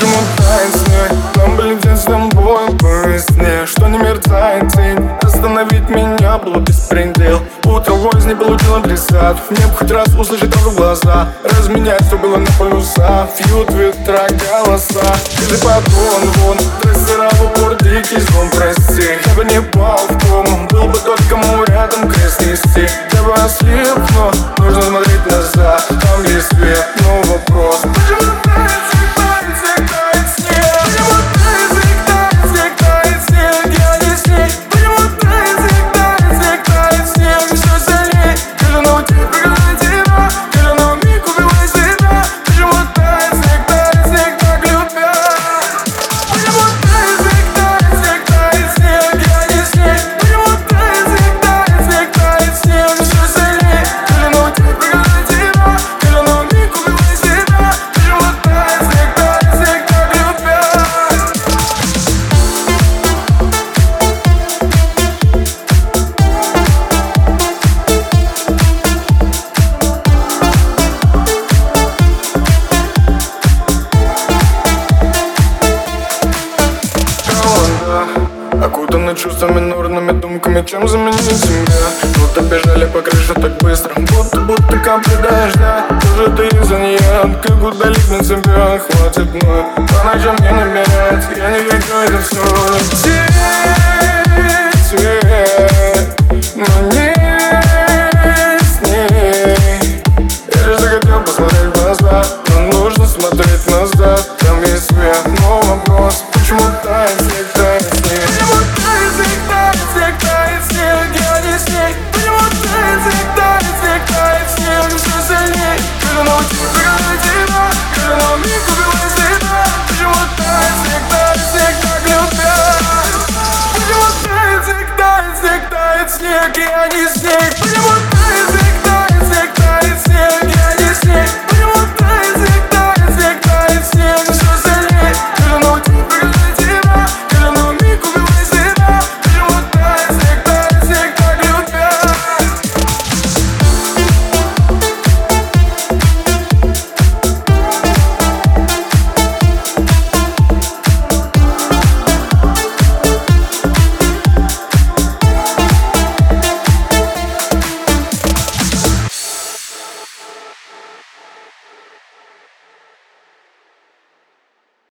Почему тает снег? Нам бы лететь с тобой по весне. Что не мерцает тень? Остановить меня было беспредел. Утро войс не получил адресат. Мне бы хоть раз услышать тоже в глаза. Разменять все было на полюса. Фьют ветра голоса. Ты подвон, вон трассера в упор, дикий звон, прости. Я бы не пал в кому. Был бы тот, кому рядом крест нести. Я бы ослеп, но нужно смотреть назад. Там есть свет, но вопрос: почему тает снег, тает снег, тает снег? Почему тает снег, тает снег, тает снег? Я не снег. Почему тает снег, тает снег, тает снег? Все сильней. Тяжело уйти, прикрывай тебя. Тяжело вмиг убивай себя. Почему тает снег, так любя? Почему тает снег, тает снег, тает снег? Я не снег. Почему тает снег, тает снег? Все сильней. Тяжело уйти, прикрывай тебя. Тяжело вмиг убивай себя. Почему тает снег, так любя? Окутаны чувствами, нурными думками, чем заменить себя? Будто бежали по крыше так быстро, будто капли дождя. Тоже ты из-за нее, как удалить на себя? Хватит вновь, по ночам не набирать. Я не хочу это все. Цвет, цвет.